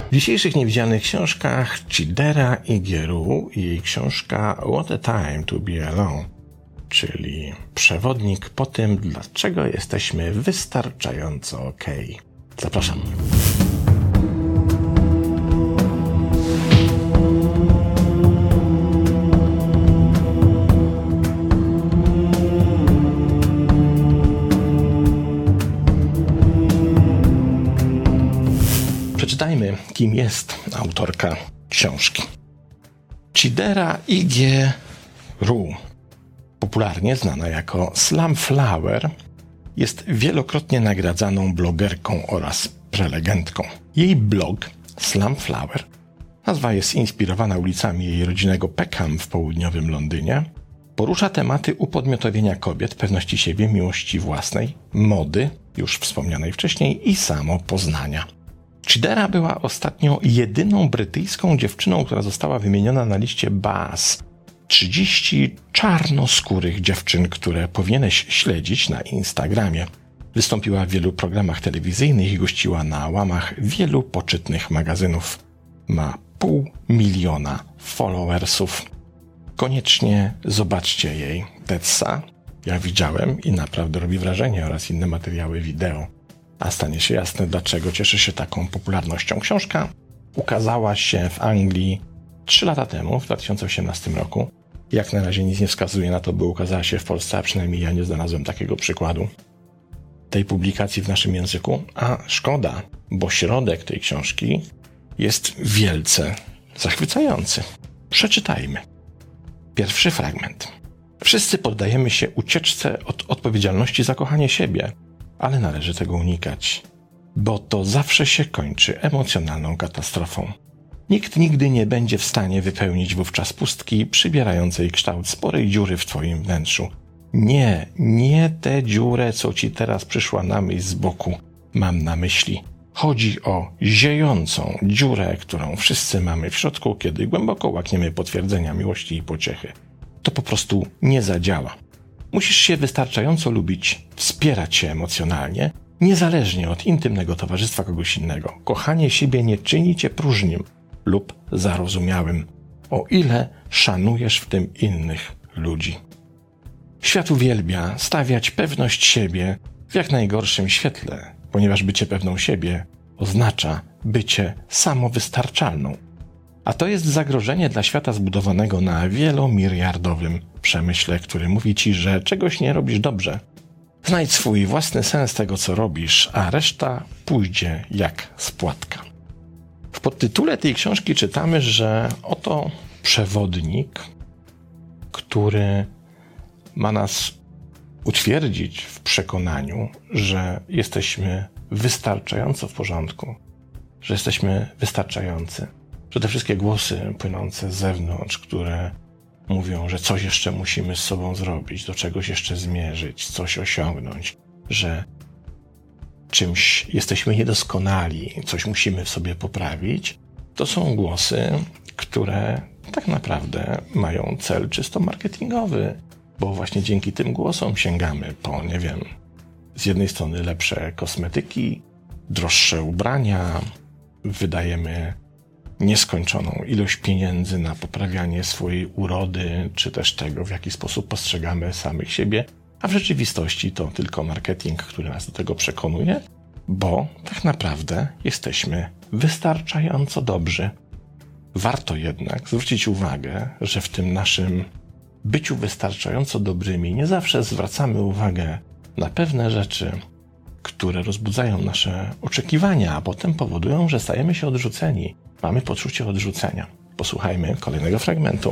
W dzisiejszych niewidzialnych książkach Chidera Igeru i jej książka What a Time to be Alone, czyli przewodnik po tym, dlaczego jesteśmy wystarczająco okej. Zapraszam. Przeczytajmy, kim jest autorka książki. Chidera Igeru, popularnie znana jako Slamflower, jest wielokrotnie nagradzaną blogerką oraz prelegentką. Jej blog Slamflower, nazwa jest inspirowana ulicami jej rodzinnego Peckham w południowym Londynie, porusza tematy upodmiotowienia kobiet, pewności siebie, miłości własnej, mody, już wspomnianej wcześniej, i samopoznania. Chidera była ostatnio jedyną brytyjską dziewczyną, która została wymieniona na liście BAS. 30 czarnoskórych dziewczyn, które powinieneś śledzić na Instagramie. Wystąpiła w wielu programach telewizyjnych i gościła na łamach wielu poczytnych magazynów. Ma 500 000 followersów. Koniecznie zobaczcie jej TEDsa. Ja widziałem i naprawdę robi wrażenie, oraz inne materiały wideo. A stanie się jasne, dlaczego cieszy się taką popularnością. Książka ukazała się w Anglii 3 lata temu, w 2018 roku. Jak na razie nic nie wskazuje na to, by ukazała się w Polsce, a przynajmniej ja nie znalazłem takiego przykładu tej publikacji w naszym języku. A szkoda, bo środek tej książki jest wielce zachwycający. Przeczytajmy. Pierwszy fragment. Wszyscy poddajemy się ucieczce od odpowiedzialności za kochanie siebie, ale należy tego unikać, bo to zawsze się kończy emocjonalną katastrofą. Nikt nigdy nie będzie w stanie wypełnić wówczas pustki przybierającej kształt sporej dziury w twoim wnętrzu. Nie tę dziurę, co ci teraz przyszła na myśl z boku, mam na myśli. Chodzi o ziejącą dziurę, którą wszyscy mamy w środku, kiedy głęboko łakniemy potwierdzenia miłości i pociechy. To po prostu nie zadziała. Musisz się wystarczająco lubić, wspierać się emocjonalnie, niezależnie od intymnego towarzystwa kogoś innego. Kochanie siebie nie czyni cię próżnym lub zarozumiałym, o ile szanujesz w tym innych ludzi. Świat uwielbia stawiać pewność siebie w jak najgorszym świetle, ponieważ bycie pewną siebie oznacza bycie samowystarczalną. A to jest zagrożenie dla świata zbudowanego na wielomiliardowym przemyśle, który mówi ci, że czegoś nie robisz dobrze. Znajdź swój własny sens tego, co robisz, a reszta pójdzie jak z płatka. W podtytule tej książki czytamy, że oto przewodnik, który ma nas utwierdzić w przekonaniu, że jesteśmy wystarczająco w porządku, że jesteśmy wystarczający, że te wszystkie głosy płynące z zewnątrz, które mówią, że coś jeszcze musimy z sobą zrobić, do czegoś jeszcze zmierzyć, coś osiągnąć, że czymś jesteśmy niedoskonali, coś musimy w sobie poprawić, to są głosy, które tak naprawdę mają cel czysto marketingowy, bo właśnie dzięki tym głosom sięgamy po, z jednej strony lepsze kosmetyki, droższe ubrania, wydajemy nieskończoną ilość pieniędzy na poprawianie swojej urody, czy też tego, w jaki sposób postrzegamy samych siebie, a w rzeczywistości to tylko marketing, który nas do tego przekonuje, bo tak naprawdę jesteśmy wystarczająco dobrzy. Warto jednak zwrócić uwagę, że w tym naszym byciu wystarczająco dobrymi nie zawsze zwracamy uwagę na pewne rzeczy, które rozbudzają nasze oczekiwania, a potem powodują, że stajemy się odrzuceni. Mamy poczucie odrzucenia. Posłuchajmy kolejnego fragmentu.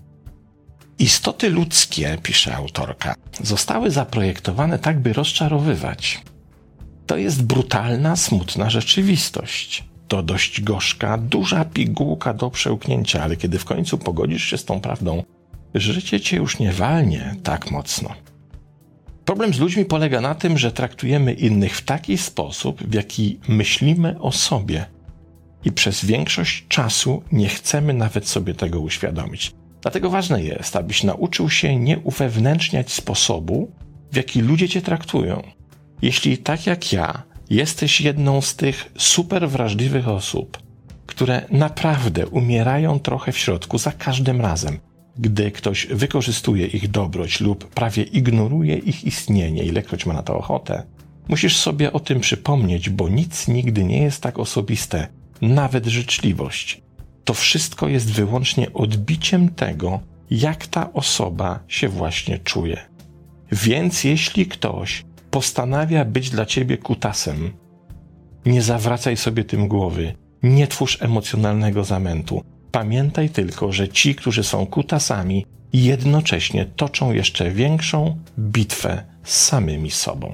Istoty ludzkie, pisze autorka, zostały zaprojektowane tak, by rozczarowywać. To jest brutalna, smutna rzeczywistość. To dość gorzka, duża pigułka do przełknięcia, ale kiedy w końcu pogodzisz się z tą prawdą, życie cię już nie walnie tak mocno. Problem z ludźmi polega na tym, że traktujemy innych w taki sposób, w jaki myślimy o sobie i przez większość czasu nie chcemy nawet sobie tego uświadomić. Dlatego ważne jest, abyś nauczył się nie uwewnętrzniać sposobu, w jaki ludzie cię traktują. Jeśli tak jak ja jesteś jedną z tych super wrażliwych osób, które naprawdę umierają trochę w środku za każdym razem, gdy ktoś wykorzystuje ich dobroć lub prawie ignoruje ich istnienie, ilekroć ma na to ochotę. Musisz sobie o tym przypomnieć, bo nic nigdy nie jest tak osobiste, nawet życzliwość. To wszystko jest wyłącznie odbiciem tego, jak ta osoba się właśnie czuje. Więc jeśli ktoś postanawia być dla ciebie kutasem, nie zawracaj sobie tym głowy, nie twórz emocjonalnego zamętu. Pamiętaj tylko, że ci, którzy są kutasami, jednocześnie toczą jeszcze większą bitwę z samymi sobą.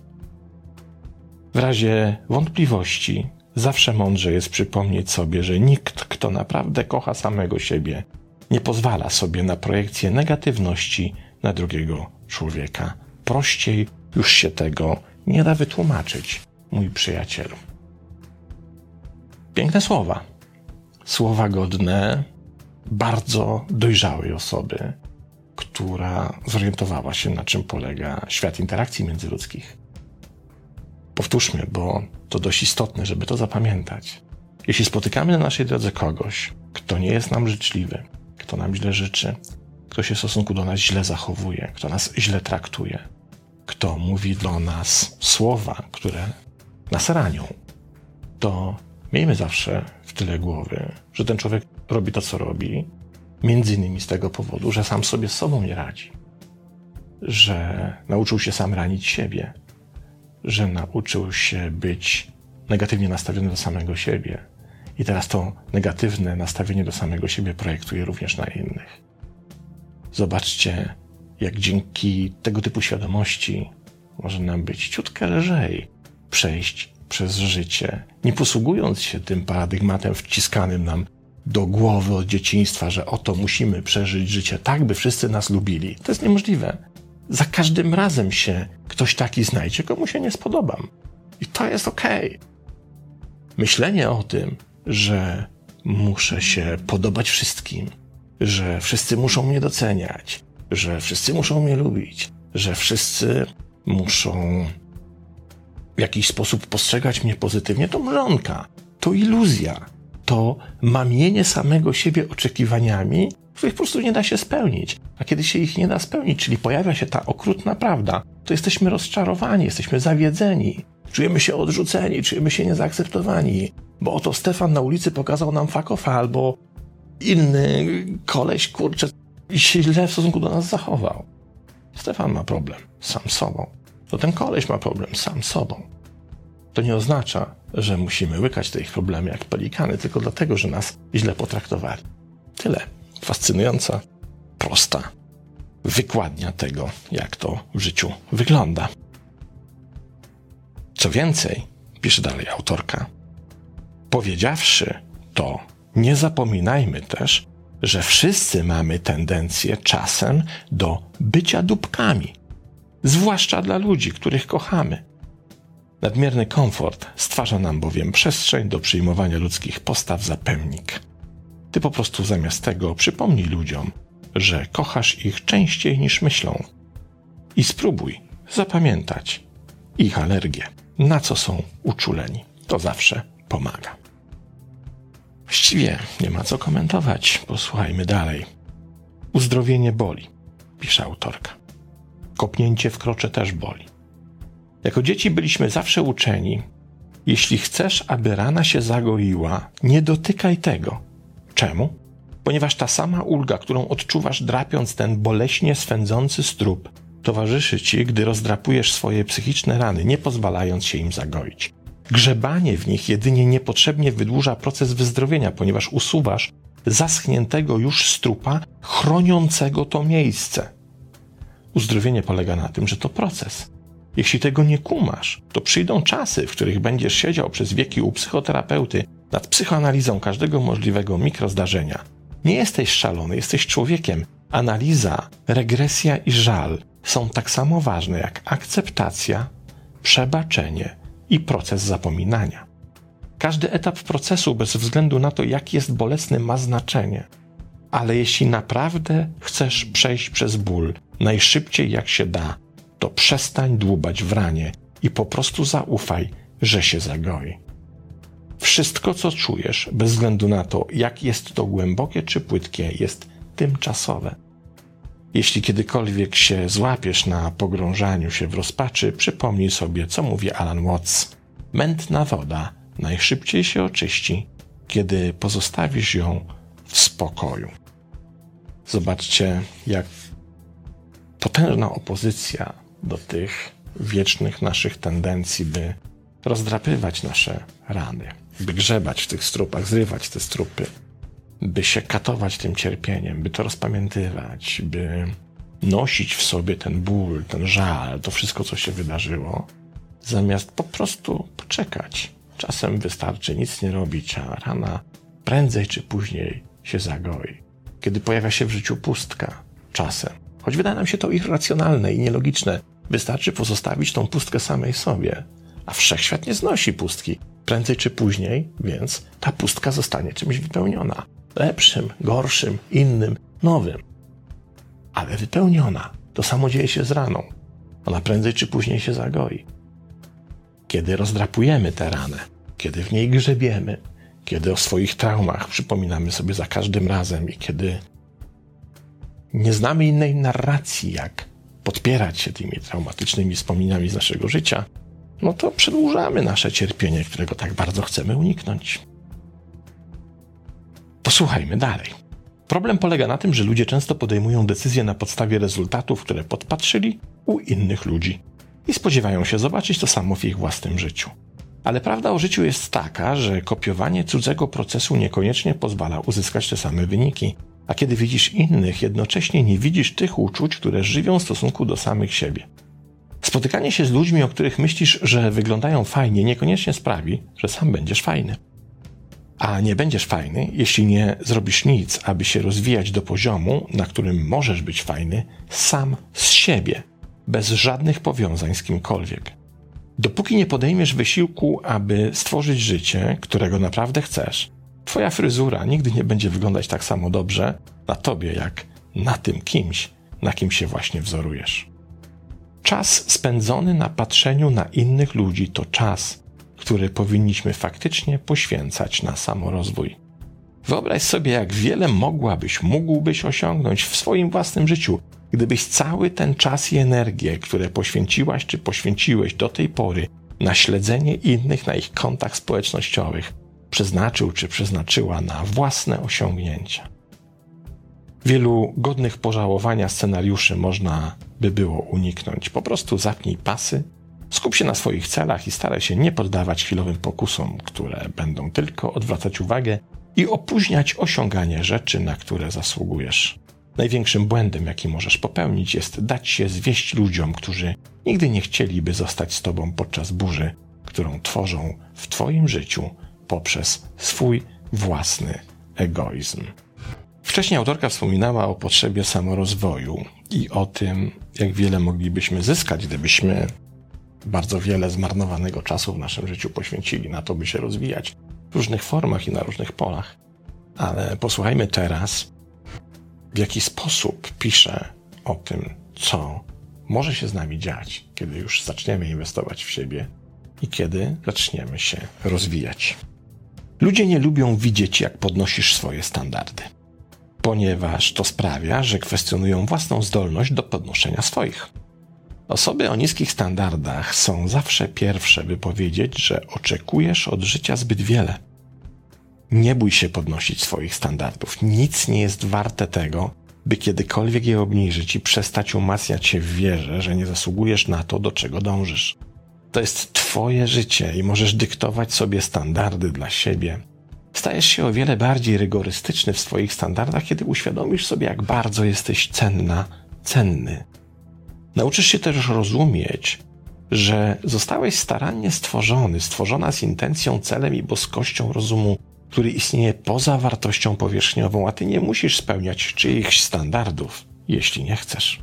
W razie wątpliwości zawsze mądrze jest przypomnieć sobie, że nikt, kto naprawdę kocha samego siebie, nie pozwala sobie na projekcję negatywności na drugiego człowieka. Prościej już się tego nie da wytłumaczyć, mój przyjacielu. Piękne słowa. Słowa godne bardzo dojrzałej osoby, która zorientowała się, na czym polega świat interakcji międzyludzkich. Powtórzmy, bo to dość istotne, żeby to zapamiętać. Jeśli spotykamy na naszej drodze kogoś, kto nie jest nam życzliwy, kto nam źle życzy, kto się w stosunku do nas źle zachowuje, kto nas źle traktuje, kto mówi do nas słowa, które nas ranią, to miejmy zawsze w tyle głowy, że ten człowiek robi to, co robi, między innymi z tego powodu, że sam sobie z sobą nie radzi, że nauczył się sam ranić siebie, że nauczył się być negatywnie nastawiony do samego siebie i teraz to negatywne nastawienie do samego siebie projektuje również na innych. Zobaczcie, jak dzięki tego typu świadomości może nam być ciutkę lżej przejść przez życie, nie posługując się tym paradygmatem wciskanym nam do głowy od dzieciństwa, że oto musimy przeżyć życie tak, by wszyscy nas lubili. To jest niemożliwe. Za każdym razem się ktoś taki znajdzie, komu się nie spodobam. I to jest okej. Myślenie o tym, że muszę się podobać wszystkim, że wszyscy muszą mnie doceniać, że wszyscy muszą mnie lubić, że wszyscy muszą w jakiś sposób postrzegać mnie pozytywnie, to mrzonka, to iluzja, to mamienie samego siebie oczekiwaniami, których po prostu nie da się spełnić. A kiedy się ich nie da spełnić, czyli pojawia się ta okrutna prawda, to jesteśmy rozczarowani, jesteśmy zawiedzeni, czujemy się odrzuceni, czujemy się niezaakceptowani, bo oto Stefan na ulicy pokazał nam fakofa, albo inny koleś, kurczę, się źle w stosunku do nas zachował. Stefan ma problem sam z sobą. To ten koleś ma problem sam z sobą. To nie oznacza, że musimy łykać te ich problemy jak pelikany, tylko dlatego, że nas źle potraktowali. Tyle. Fascynująca, prosta wykładnia tego, jak to w życiu wygląda. Co więcej, pisze dalej autorka, powiedziawszy to, nie zapominajmy też, że wszyscy mamy tendencję czasem do bycia dupkami, zwłaszcza dla ludzi, których kochamy. Nadmierny komfort stwarza nam bowiem przestrzeń do przyjmowania ludzkich postaw za pełnik. Ty po prostu zamiast tego przypomnij ludziom, że kochasz ich częściej niż myślą i spróbuj zapamiętać ich alergię, na co są uczuleni. To zawsze pomaga. Właściwie nie ma co komentować. Posłuchajmy dalej. Uzdrowienie boli, pisze autorka. Kopnięcie w krocze też boli. Jako dzieci byliśmy zawsze uczeni, jeśli chcesz, aby rana się zagoiła, nie dotykaj tego. Czemu? Ponieważ ta sama ulga, którą odczuwasz drapiąc ten boleśnie swędzący strób, towarzyszy ci, gdy rozdrapujesz swoje psychiczne rany, nie pozwalając się im zagoić. Grzebanie w nich jedynie niepotrzebnie wydłuża proces wyzdrowienia, ponieważ usuwasz zaschniętego już strupa chroniącego to miejsce. Uzdrowienie polega na tym, że to proces. Jeśli tego nie kumasz, to przyjdą czasy, w których będziesz siedział przez wieki u psychoterapeuty nad psychoanalizą każdego możliwego mikrozdarzenia. Nie jesteś szalony, jesteś człowiekiem. Analiza, regresja i żal są tak samo ważne jak akceptacja, przebaczenie i proces zapominania. Każdy etap procesu, bez względu na to, jak jest bolesny, ma znaczenie. Ale jeśli naprawdę chcesz przejść przez ból najszybciej jak się da, to przestań dłubać w ranie i po prostu zaufaj, że się zagoi. Wszystko, co czujesz, bez względu na to, jak jest to głębokie czy płytkie, jest tymczasowe. Jeśli kiedykolwiek się złapiesz na pogrążaniu się w rozpaczy, przypomnij sobie, co mówi Alan Watts. Mętna woda najszybciej się oczyści, kiedy pozostawisz ją w spokoju. Zobaczcie, jak potężna opozycja do tych wiecznych naszych tendencji, by rozdrapywać nasze rany, by grzebać w tych strupach, zrywać te strupy, by się katować tym cierpieniem, by to rozpamiętywać, by nosić w sobie ten ból, ten żal, to wszystko, co się wydarzyło, zamiast po prostu poczekać. Czasem wystarczy nic nie robić, a rana prędzej czy później się zagoi. Kiedy pojawia się w życiu pustka, czasem, choć wydaje nam się to irracjonalne i nielogiczne, wystarczy pozostawić tą pustkę samej sobie, a wszechświat nie znosi pustki. Prędzej czy później, więc ta pustka zostanie czymś wypełniona. Lepszym, gorszym, innym, nowym. Ale wypełniona. To samo dzieje się z raną. Ona prędzej czy później się zagoi. Kiedy rozdrapujemy tę ranę, kiedy w niej grzebiemy, kiedy o swoich traumach przypominamy sobie za każdym razem i kiedy nie znamy innej narracji, jak podpierać się tymi traumatycznymi wspomnieniami z naszego życia, no to przedłużamy nasze cierpienie, którego tak bardzo chcemy uniknąć. Posłuchajmy dalej. Problem polega na tym, że ludzie często podejmują decyzje na podstawie rezultatów, które podpatrzyli u innych ludzi i spodziewają się zobaczyć to samo w ich własnym życiu. Ale prawda o życiu jest taka, że kopiowanie cudzego procesu niekoniecznie pozwala uzyskać te same wyniki, a kiedy widzisz innych, jednocześnie nie widzisz tych uczuć, które żywią w stosunku do samych siebie. Spotykanie się z ludźmi, o których myślisz, że wyglądają fajnie, niekoniecznie sprawi, że sam będziesz fajny. A nie będziesz fajny, jeśli nie zrobisz nic, aby się rozwijać do poziomu, na którym możesz być fajny sam z siebie, bez żadnych powiązań z kimkolwiek. Dopóki nie podejmiesz wysiłku, aby stworzyć życie, którego naprawdę chcesz, twoja fryzura nigdy nie będzie wyglądać tak samo dobrze na tobie, jak na tym kimś, na kim się właśnie wzorujesz. Czas spędzony na patrzeniu na innych ludzi to czas, który powinniśmy faktycznie poświęcać na samorozwój. Wyobraź sobie, jak wiele mógłbyś osiągnąć w swoim własnym życiu, gdybyś cały ten czas i energię, które poświęciłaś czy poświęciłeś do tej pory na śledzenie innych na ich kontach społecznościowych, przeznaczył czy przeznaczyła na własne osiągnięcia. Wielu godnych pożałowania scenariuszy można by było uniknąć. Po prostu zapnij pasy, skup się na swoich celach i staraj się nie poddawać chwilowym pokusom, które będą tylko odwracać uwagę i opóźniać osiąganie rzeczy, na które zasługujesz. Największym błędem, jaki możesz popełnić, jest dać się zwieść ludziom, którzy nigdy nie chcieliby zostać z tobą podczas burzy, którą tworzą w twoim życiu poprzez swój własny egoizm. Wcześniej autorka wspominała o potrzebie samorozwoju i o tym, jak wiele moglibyśmy zyskać, gdybyśmy bardzo wiele zmarnowanego czasu w naszym życiu poświęcili na to, by się rozwijać w różnych formach i na różnych polach. Ale posłuchajmy teraz, w jaki sposób pisze o tym, co może się z nami dziać, kiedy już zaczniemy inwestować w siebie i kiedy zaczniemy się rozwijać. Ludzie nie lubią widzieć, jak podnosisz swoje standardy, ponieważ to sprawia, że kwestionują własną zdolność do podnoszenia swoich. Osoby o niskich standardach są zawsze pierwsze, by powiedzieć, że oczekujesz od życia zbyt wiele. Nie bój się podnosić swoich standardów. Nic nie jest warte tego, by kiedykolwiek je obniżyć i przestać umacniać się w wierze, że nie zasługujesz na to, do czego dążysz. To jest twoje życie i możesz dyktować sobie standardy dla siebie. Stajesz się o wiele bardziej rygorystyczny w swoich standardach, kiedy uświadomisz sobie, jak bardzo jesteś cenny. Nauczysz się też rozumieć, że zostałeś starannie stworzona z intencją, celem i boskością rozumu, który istnieje poza wartością powierzchniową, a ty nie musisz spełniać czyichś standardów, jeśli nie chcesz.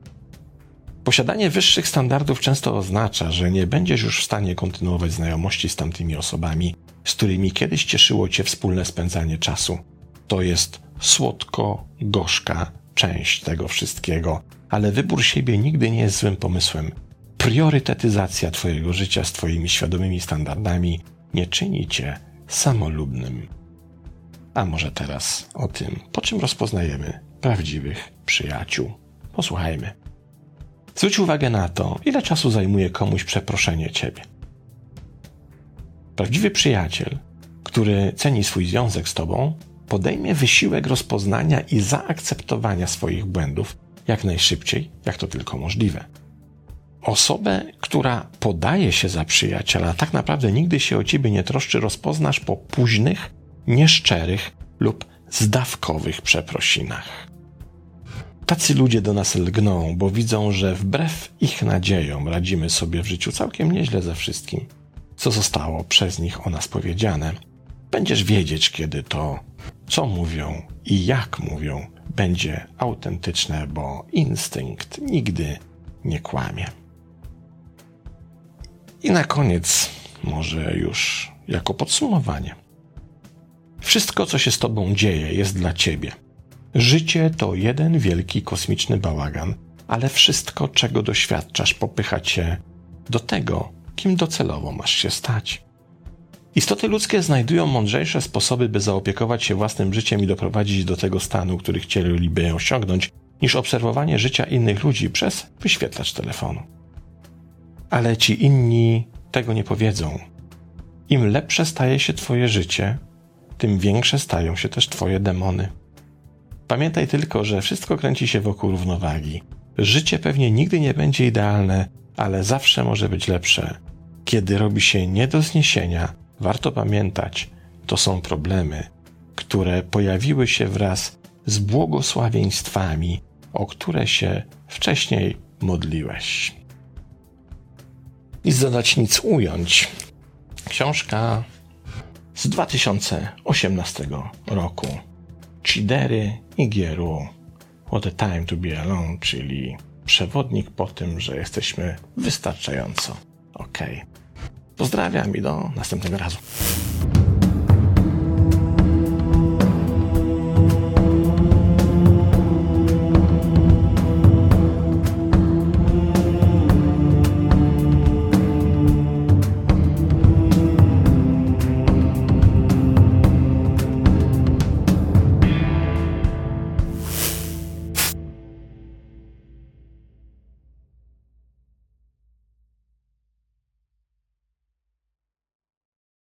Posiadanie wyższych standardów często oznacza, że nie będziesz już w stanie kontynuować znajomości z tamtymi osobami, z którymi kiedyś cieszyło cię wspólne spędzanie czasu. To jest słodko-gorzka część tego wszystkiego, ale wybór siebie nigdy nie jest złym pomysłem. Priorytetyzacja twojego życia z twoimi świadomymi standardami nie czyni cię samolubnym. A może teraz o tym, po czym rozpoznajemy prawdziwych przyjaciół. Posłuchajmy. Zwróć uwagę na to, ile czasu zajmuje komuś przeproszenie ciebie. Prawdziwy przyjaciel, który ceni swój związek z tobą, podejmie wysiłek rozpoznania i zaakceptowania swoich błędów jak najszybciej, jak to tylko możliwe. Osobę, która podaje się za przyjaciela, a tak naprawdę nigdy się o ciebie nie troszczy, rozpoznasz po późnych, nieszczerych lub zdawkowych przeprosinach. Tacy ludzie do nas lgną, bo widzą, że wbrew ich nadziejom radzimy sobie w życiu całkiem nieźle ze wszystkim, co zostało przez nich o nas powiedziane. Będziesz wiedzieć, kiedy to, co mówią i jak mówią, będzie autentyczne, bo instynkt nigdy nie kłamie. I na koniec, może już jako podsumowanie. Wszystko, co się z tobą dzieje, jest dla ciebie. Życie to jeden wielki kosmiczny bałagan, ale wszystko, czego doświadczasz, popycha cię do tego, kim docelowo masz się stać. Istoty ludzkie znajdują mądrzejsze sposoby, by zaopiekować się własnym życiem i doprowadzić do tego stanu, który chcieliby osiągnąć, niż obserwowanie życia innych ludzi przez wyświetlacz telefonu. Ale ci inni tego nie powiedzą. Im lepsze staje się twoje życie, tym większe stają się też twoje demony. Pamiętaj tylko, że wszystko kręci się wokół równowagi. Życie pewnie nigdy nie będzie idealne, ale zawsze może być lepsze. Kiedy robi się nie do zniesienia, warto pamiętać, to są problemy, które pojawiły się wraz z błogosławieństwami, o które się wcześniej modliłeś. Nic dodać, nic ująć. Książka z 2018 roku. Chidery Igieru What a Time to Be Alone, czyli przewodnik po tym, że jesteśmy wystarczająco okej. Pozdrawiam i do następnego razu.